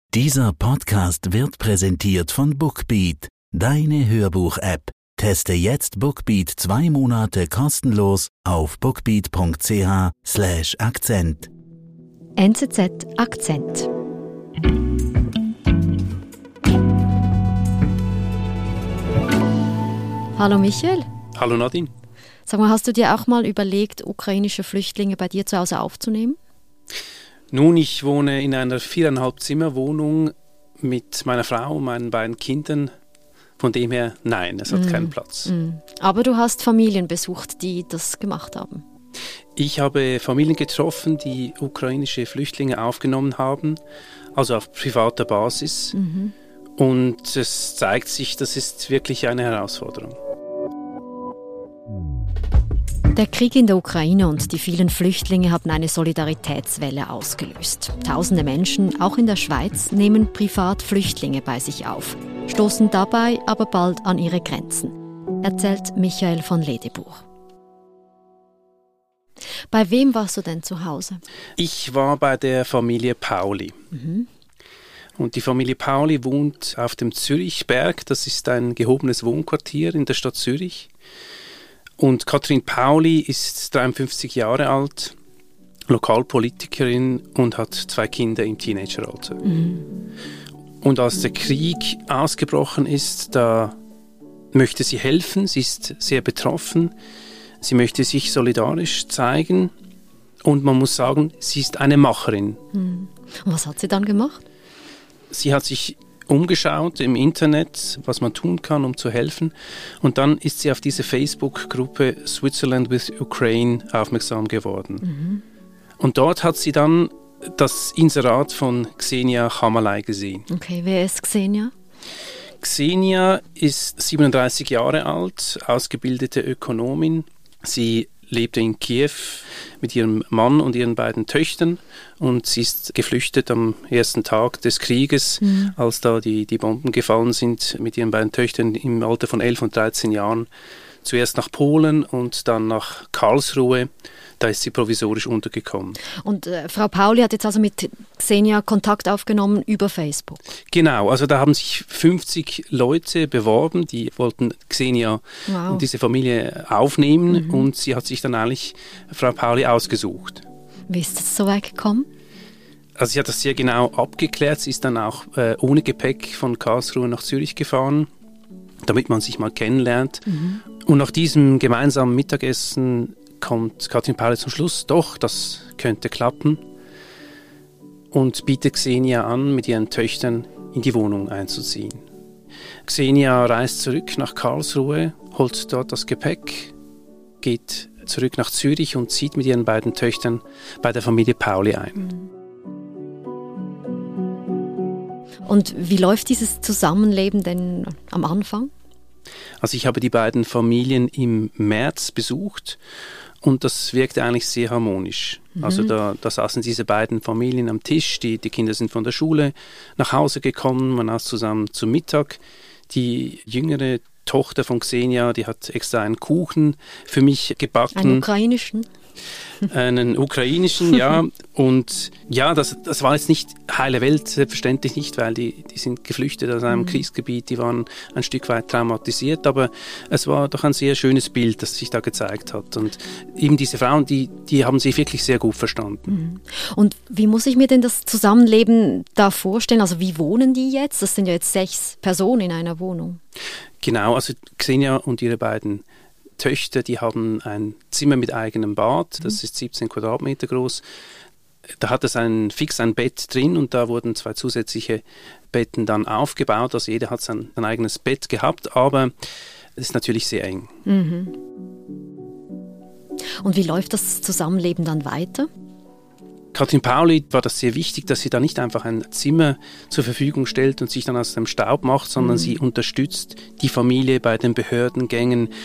Dieser Podcast wird präsentiert von Bookbeat, deine Hörbuch-App. Teste jetzt Bookbeat 2 Monate kostenlos auf bookbeat.ch/Akzent. NZZ Akzent. Hallo Michael. Hallo Nadine. Sag mal, hast du dir auch mal überlegt, ukrainische Flüchtlinge bei dir zu Hause aufzunehmen? Nun, ich wohne in einer 4,5 Zimmer Wohnung mit meiner Frau und meinen beiden Kindern. Von dem her, nein, es hat keinen Platz. Aber du hast Familien besucht, die das gemacht haben? Ich habe Familien getroffen, die ukrainische Flüchtlinge aufgenommen haben, also auf privater Basis. Und es zeigt sich, das ist wirklich eine Herausforderung. Der Krieg in der Ukraine und die vielen Flüchtlinge haben eine Solidaritätswelle ausgelöst. Tausende Menschen, auch in der Schweiz, nehmen privat Flüchtlinge bei sich auf, stoßen dabei aber bald an ihre Grenzen, erzählt Michael von Ledebuch. Bei wem warst du denn zu Hause? Ich war bei der Familie Pauli. Und die Familie Pauli wohnt auf dem Zürichberg. Das ist ein gehobenes Wohnquartier in der Stadt Zürich. Und Katrin Pauli ist 53 Jahre alt, Lokalpolitikerin und hat 2 Kinder im Teenageralter. Und als der Krieg ausgebrochen ist, da möchte sie helfen. Sie ist sehr betroffen. Sie möchte sich solidarisch zeigen. Und man muss sagen, sie ist eine Macherin. Und was hat sie dann gemacht? Sie hat sich umgeschaut im Internet, was man tun kann, um zu helfen. Und dann ist sie auf diese Facebook-Gruppe Switzerland with Ukraine aufmerksam geworden. Und dort hat sie dann das Inserat von Xenia Chamalai gesehen. Okay, wer ist Xenia? Xenia ist 37 Jahre alt, ausgebildete Ökonomin. Sie lebte in Kiew mit ihrem Mann und ihren beiden Töchtern und sie ist geflüchtet am ersten Tag des Krieges, als da die Bomben gefallen sind, mit ihren beiden Töchtern im Alter von 11 und 13 Jahren. Zuerst nach Polen und dann nach Karlsruhe. Da ist sie provisorisch untergekommen. Und Frau Pauli hat jetzt also mit Xenia Kontakt aufgenommen über Facebook? Genau, also da haben sich 50 Leute beworben, die wollten Xenia und diese Familie aufnehmen und sie hat sich dann eigentlich Frau Pauli ausgesucht. Wie ist es so weit gekommen? Also sie hat das sehr genau abgeklärt. Sie ist dann auch ohne Gepäck von Karlsruhe nach Zürich gefahren, damit man sich mal kennenlernt. Und nach diesem gemeinsamen Mittagessen kommt Katrin Pauli zum Schluss, doch, das könnte klappen und bietet Xenia an, mit ihren Töchtern in die Wohnung einzuziehen. Xenia reist zurück nach Karlsruhe, holt dort das Gepäck, geht zurück nach Zürich und zieht mit ihren beiden Töchtern bei der Familie Pauli ein. Und wie läuft dieses Zusammenleben denn am Anfang? Also ich habe die beiden Familien im März besucht und das wirkte eigentlich sehr harmonisch. Also da saßen diese beiden Familien am Tisch, die Kinder sind von der Schule nach Hause gekommen, man aß zusammen zum Mittag. Die jüngere Tochter von Xenia, die hat extra einen Kuchen für mich gebacken. Einen ukrainischen? Einen ukrainischen, ja. Und ja, das war jetzt nicht heile Welt, selbstverständlich nicht, weil die sind geflüchtet aus einem Kriegsgebiet, die waren ein Stück weit traumatisiert, aber es war doch ein sehr schönes Bild, das sich da gezeigt hat. Und eben diese Frauen, die haben sich wirklich sehr gut verstanden. Und wie muss ich mir denn das Zusammenleben da vorstellen? Also wie wohnen die jetzt? Das sind ja jetzt 6 Personen in einer Wohnung. Genau, also Xenia und ihre beiden Töchter, die haben ein Zimmer mit eigenem Bad, das ist 17 Quadratmeter groß. Da hat es ein Bett drin und da wurden 2 zusätzliche Betten dann aufgebaut. Also jeder hat sein eigenes Bett gehabt, aber es ist natürlich sehr eng. Und wie läuft das Zusammenleben dann weiter? Katrin Pauli war das sehr wichtig, dass sie da nicht einfach ein Zimmer zur Verfügung stellt und sich dann aus dem Staub macht, sondern sie unterstützt die Familie bei den Behördengängen.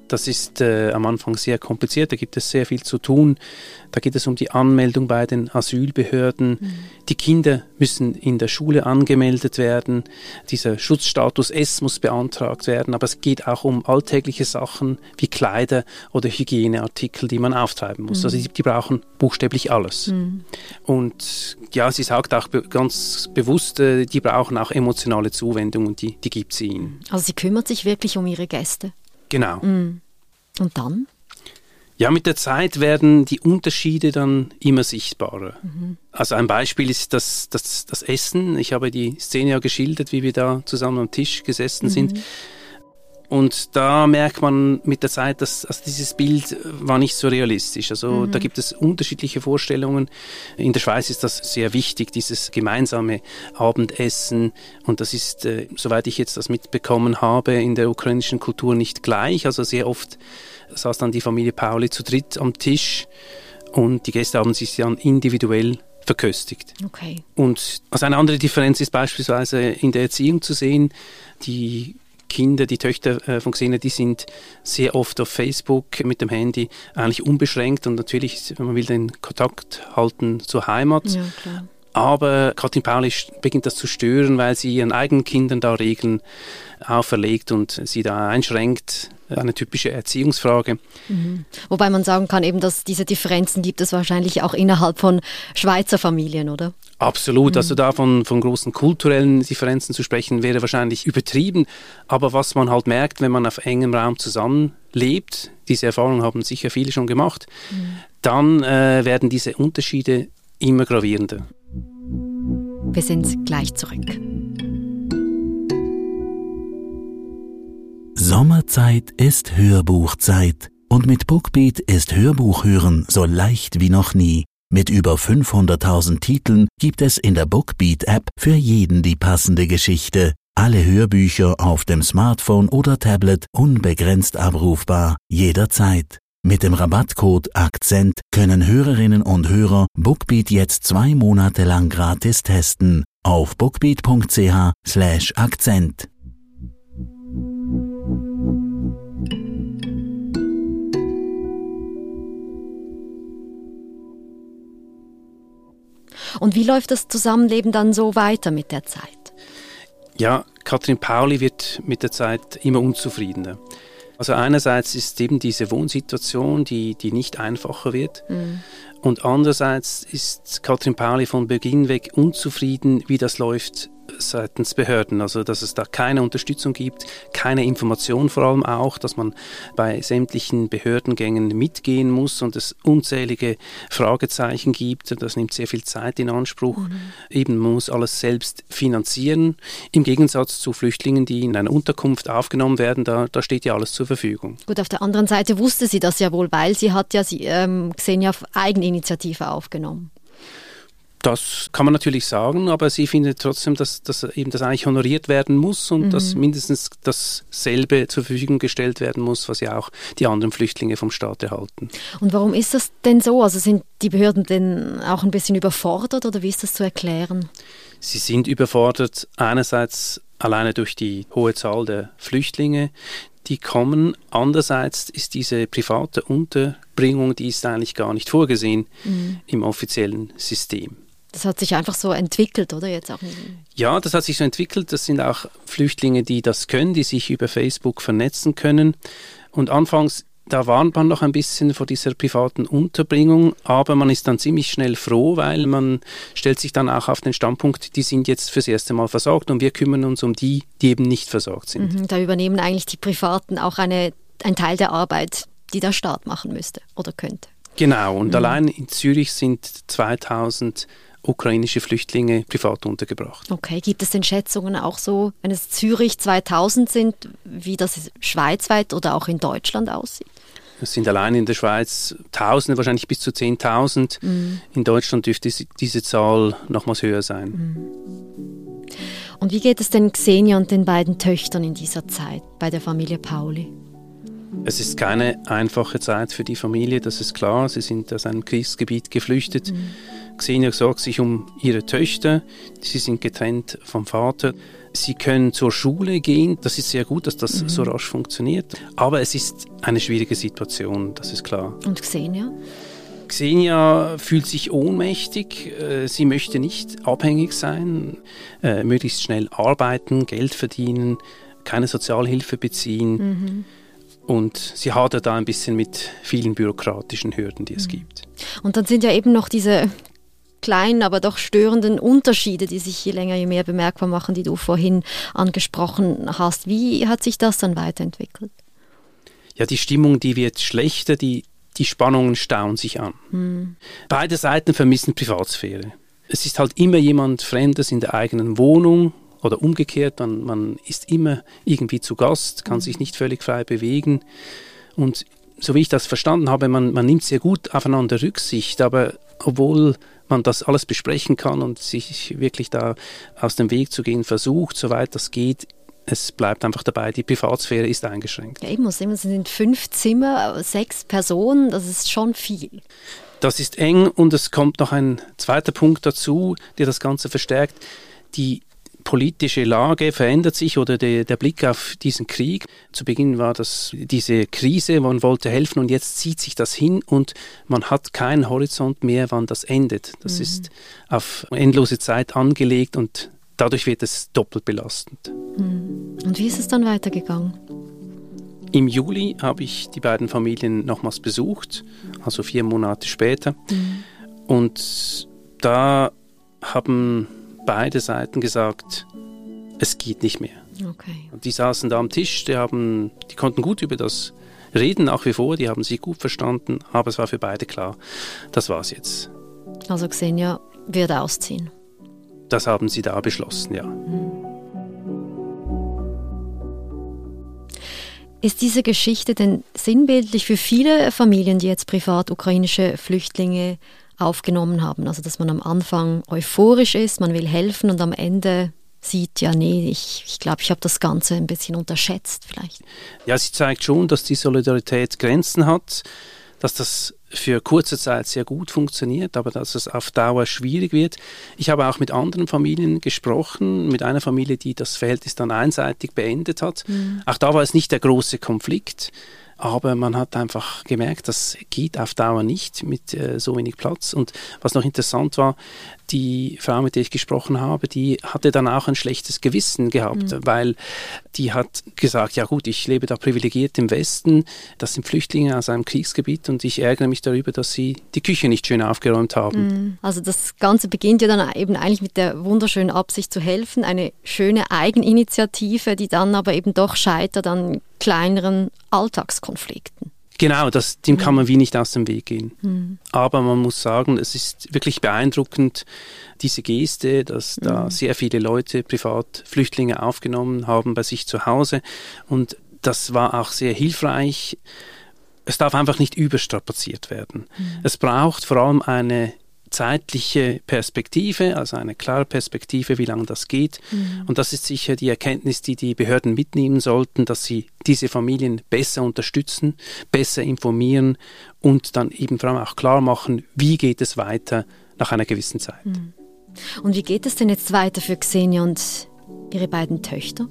Das ist am Anfang sehr kompliziert, da gibt es sehr viel zu tun. Da geht es um die Anmeldung bei den Asylbehörden. Die Kinder müssen in der Schule angemeldet werden. Dieser Schutzstatus S muss beantragt werden. Aber es geht auch um alltägliche Sachen wie Kleider oder Hygieneartikel, die man auftreiben muss. Also die brauchen buchstäblich alles. Und ja, sie sagt auch ganz bewusst, die brauchen auch emotionale Zuwendung und die gibt sie ihnen. Also sie kümmert sich wirklich um ihre Gäste? Genau. Und dann? Ja, mit der Zeit werden die Unterschiede dann immer sichtbarer. Also ein Beispiel ist das Essen. Ich habe die Szene ja geschildert, wie wir da zusammen am Tisch gesessen sind. Und da merkt man mit der Zeit, dass dieses Bild war nicht so realistisch. Also da gibt es unterschiedliche Vorstellungen. In der Schweiz ist das sehr wichtig, dieses gemeinsame Abendessen. Und das ist, soweit ich jetzt das mitbekommen habe, in der ukrainischen Kultur nicht gleich. Also sehr oft saß dann die Familie Pauli zu dritt am Tisch und die Gäste haben sich dann individuell verköstigt. Okay. Und also eine andere Differenz ist beispielsweise in der Erziehung zu sehen. Die Kinder, die Töchter von Xenia, die sind sehr oft auf Facebook mit dem Handy eigentlich unbeschränkt und natürlich, man will den Kontakt halten zur Heimat. Ja, klar. Aber Katrin Pauli beginnt das zu stören, weil sie ihren eigenen Kindern da Regeln auferlegt und sie da einschränkt. Eine typische Erziehungsfrage. Wobei man sagen kann, eben, dass diese Differenzen gibt es wahrscheinlich auch innerhalb von Schweizer Familien, oder? Absolut, also da von großen kulturellen Differenzen zu sprechen, wäre wahrscheinlich übertrieben. Aber was man halt merkt, wenn man auf engem Raum zusammenlebt, diese Erfahrung haben sicher viele schon gemacht, dann werden diese Unterschiede immer gravierender. Wir sind gleich zurück. Sommerzeit ist Hörbuchzeit und mit Bookbeat ist Hörbuchhören so leicht wie noch nie. Mit über 500.000 Titeln gibt es in der Bookbeat-App für jeden die passende Geschichte. Alle Hörbücher auf dem Smartphone oder Tablet unbegrenzt abrufbar, jederzeit. Mit dem Rabattcode AKZENT können Hörerinnen und Hörer Bookbeat jetzt 2 Monate lang gratis testen. Auf bookbeat.ch/Akzent. Und wie läuft das Zusammenleben dann so weiter mit der Zeit? Ja, Katrin Pauli wird mit der Zeit immer unzufriedener. Also einerseits ist eben diese Wohnsituation, die nicht einfacher wird. Und andererseits ist Katrin Pauli von Beginn weg unzufrieden, wie das läuft seitens Behörden. Also dass es da keine Unterstützung gibt, keine Information vor allem auch, dass man bei sämtlichen Behördengängen mitgehen muss und es unzählige Fragezeichen gibt. Das nimmt sehr viel Zeit in Anspruch. Eben, man muss alles selbst finanzieren. Im Gegensatz zu Flüchtlingen, die in einer Unterkunft aufgenommen werden, da steht ja alles zur Verfügung. Gut, auf der anderen Seite wusste sie das ja wohl, weil sie hat ja Xenia auf Eigeninitiative aufgenommen. Das kann man natürlich sagen, aber sie findet trotzdem, dass eben das eigentlich honoriert werden muss und dass mindestens dasselbe zur Verfügung gestellt werden muss, was ja auch die anderen Flüchtlinge vom Staat erhalten. Und warum ist das denn so? Also sind die Behörden denn auch ein bisschen überfordert oder wie ist das zu erklären? Sie sind überfordert einerseits alleine durch die hohe Zahl der Flüchtlinge, die kommen. Andererseits ist diese private Unterbringung, die ist eigentlich gar nicht vorgesehen im offiziellen System. Das hat sich einfach so entwickelt, oder? Jetzt auch Ja, das hat sich so entwickelt. Das sind auch Flüchtlinge, die das können, die sich über Facebook vernetzen können. Und anfangs, da warnt man noch ein bisschen vor dieser privaten Unterbringung, aber man ist dann ziemlich schnell froh, weil man stellt sich dann auch auf den Standpunkt, die sind jetzt fürs erste Mal versorgt und wir kümmern uns um die eben nicht versorgt sind. Da übernehmen eigentlich die Privaten auch ein Teil der Arbeit, die der Staat machen müsste oder könnte. Genau, und allein in Zürich sind 2000 ukrainische Flüchtlinge privat untergebracht. Okay, gibt es denn Schätzungen auch so, wenn es Zürich 2000 sind, wie das schweizweit oder auch in Deutschland aussieht? Es sind allein in der Schweiz Tausende, wahrscheinlich bis zu 10.000. In Deutschland dürfte diese Zahl nochmals höher sein. Und wie geht es denn Xenia und den beiden Töchtern in dieser Zeit bei der Familie Pauli? Es ist keine einfache Zeit für die Familie, das ist klar. Sie sind aus einem Kriegsgebiet geflüchtet. Xenia sorgt sich um ihre Töchter. Sie sind getrennt vom Vater. Sie können zur Schule gehen. Das ist sehr gut, dass das so rasch funktioniert. Aber es ist eine schwierige Situation, das ist klar. Und Xenia? Xenia fühlt sich ohnmächtig. Sie möchte nicht abhängig sein, möglichst schnell arbeiten, Geld verdienen, keine Sozialhilfe beziehen. Und sie hadert da ein bisschen mit vielen bürokratischen Hürden, die es gibt. Und dann sind ja eben noch diese kleinen, aber doch störenden Unterschiede, die sich je länger, je mehr bemerkbar machen, die du vorhin angesprochen hast. Wie hat sich das dann weiterentwickelt? Ja, die Stimmung, die wird schlechter, die Spannungen stauen sich an. Beide Seiten vermissen Privatsphäre. Es ist halt immer jemand Fremdes in der eigenen Wohnung oder umgekehrt. Man ist immer irgendwie zu Gast, kann sich nicht völlig frei bewegen. Und so wie ich das verstanden habe, man nimmt sehr gut aufeinander Rücksicht, aber obwohl man das alles besprechen kann und sich wirklich da aus dem Weg zu gehen versucht, soweit das geht, es bleibt einfach dabei, die Privatsphäre ist eingeschränkt. Ja, es sind 5 Zimmer, 6 Personen, das ist schon viel. Das ist eng und es kommt noch ein zweiter Punkt dazu, der das Ganze verstärkt. Die politische Lage verändert sich oder der Blick auf diesen Krieg. Zu Beginn war das diese Krise, man wollte helfen und jetzt zieht sich das hin und man hat keinen Horizont mehr, wann das endet. Das ist auf endlose Zeit angelegt und dadurch wird es doppelt belastend. Und wie ist es dann weitergegangen? Im Juli habe ich die beiden Familien nochmals besucht, also 4 Monate später. Und da haben beide Seiten gesagt, es geht nicht mehr. Okay. Und die saßen da am Tisch, die konnten gut über das reden, nach wie vor, die haben sich gut verstanden, aber es war für beide klar, das war's jetzt. Also Xenia wird ausziehen. Das haben sie da beschlossen, ja. Ist diese Geschichte denn sinnbildlich für viele Familien, die jetzt privat ukrainische Flüchtlinge aufgenommen haben? Also dass man am Anfang euphorisch ist, man will helfen und am Ende sieht, ja nee, ich glaube, ich habe das Ganze ein bisschen unterschätzt vielleicht. Ja, sie zeigt schon, dass die Solidarität Grenzen hat, dass das für kurze Zeit sehr gut funktioniert, aber dass es auf Dauer schwierig wird. Ich habe auch mit anderen Familien gesprochen, mit einer Familie, die das Verhältnis dann einseitig beendet hat. Auch da war es nicht der große Konflikt, aber man hat einfach gemerkt, das geht auf Dauer nicht mit so wenig Platz. Und was noch interessant war, die Frau, mit der ich gesprochen habe, die hatte dann auch ein schlechtes Gewissen gehabt, weil die hat gesagt, ja gut, ich lebe da privilegiert im Westen, das sind Flüchtlinge aus einem Kriegsgebiet und ich ärgere mich darüber, dass sie die Küche nicht schön aufgeräumt haben. Also das Ganze beginnt ja dann eben eigentlich mit der wunderschönen Absicht zu helfen, eine schöne Eigeninitiative, die dann aber eben doch scheitert an kleineren Alltagskonflikten. Genau, dem kann man wie nicht aus dem Weg gehen. Aber man muss sagen, es ist wirklich beeindruckend, diese Geste, dass da sehr viele Leute privat Flüchtlinge aufgenommen haben bei sich zu Hause. Und das war auch sehr hilfreich. Es darf einfach nicht überstrapaziert werden. Es braucht vor allem eine zeitliche Perspektive, also eine klare Perspektive, wie lange das geht. Und das ist sicher die Erkenntnis, die die Behörden mitnehmen sollten, dass sie diese Familien besser unterstützen, besser informieren und dann eben vor allem auch klar machen, wie geht es weiter nach einer gewissen Zeit. Und wie geht es denn jetzt weiter für Xenia und ihre beiden Töchter?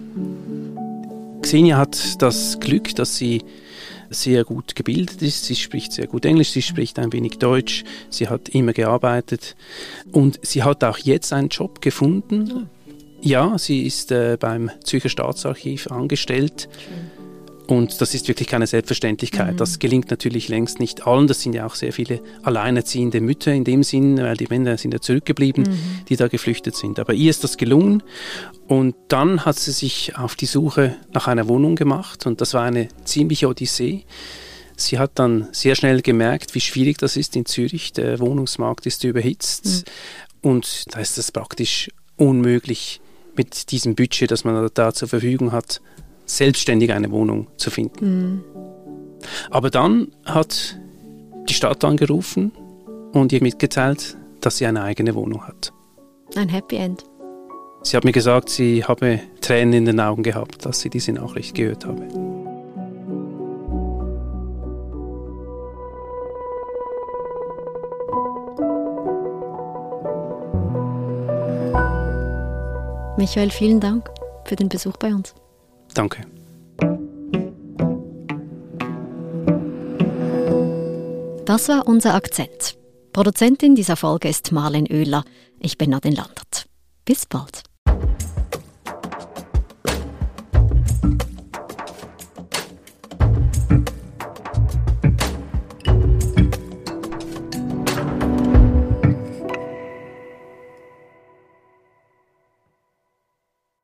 Xenia hat das Glück, dass sie sehr gut gebildet ist. Sie spricht sehr gut Englisch, sie spricht ein wenig Deutsch, sie hat immer gearbeitet und sie hat auch jetzt einen Job gefunden. Ja, sie ist beim Zürcher Staatsarchiv angestellt. Und das ist wirklich keine Selbstverständlichkeit. Das gelingt natürlich längst nicht allen. Das sind ja auch sehr viele alleinerziehende Mütter in dem Sinn, weil die Männer sind ja zurückgeblieben, die da geflüchtet sind. Aber ihr ist das gelungen. Und dann hat sie sich auf die Suche nach einer Wohnung gemacht. Und das war eine ziemliche Odyssee. Sie hat dann sehr schnell gemerkt, wie schwierig das ist in Zürich. Der Wohnungsmarkt ist überhitzt. Und da ist es praktisch unmöglich, mit diesem Budget, das man da zur Verfügung hat, selbstständig eine Wohnung zu finden. Aber dann hat die Stadt angerufen und ihr mitgeteilt, dass sie eine eigene Wohnung hat. Ein Happy End. Sie hat mir gesagt, sie habe Tränen in den Augen gehabt, als sie diese Nachricht gehört habe. Michael, vielen Dank für den Besuch bei uns. Danke. Das war unser Akzent. Produzentin dieser Folge ist Marlen Oehler. Ich bin Nadine Landert. Bis bald.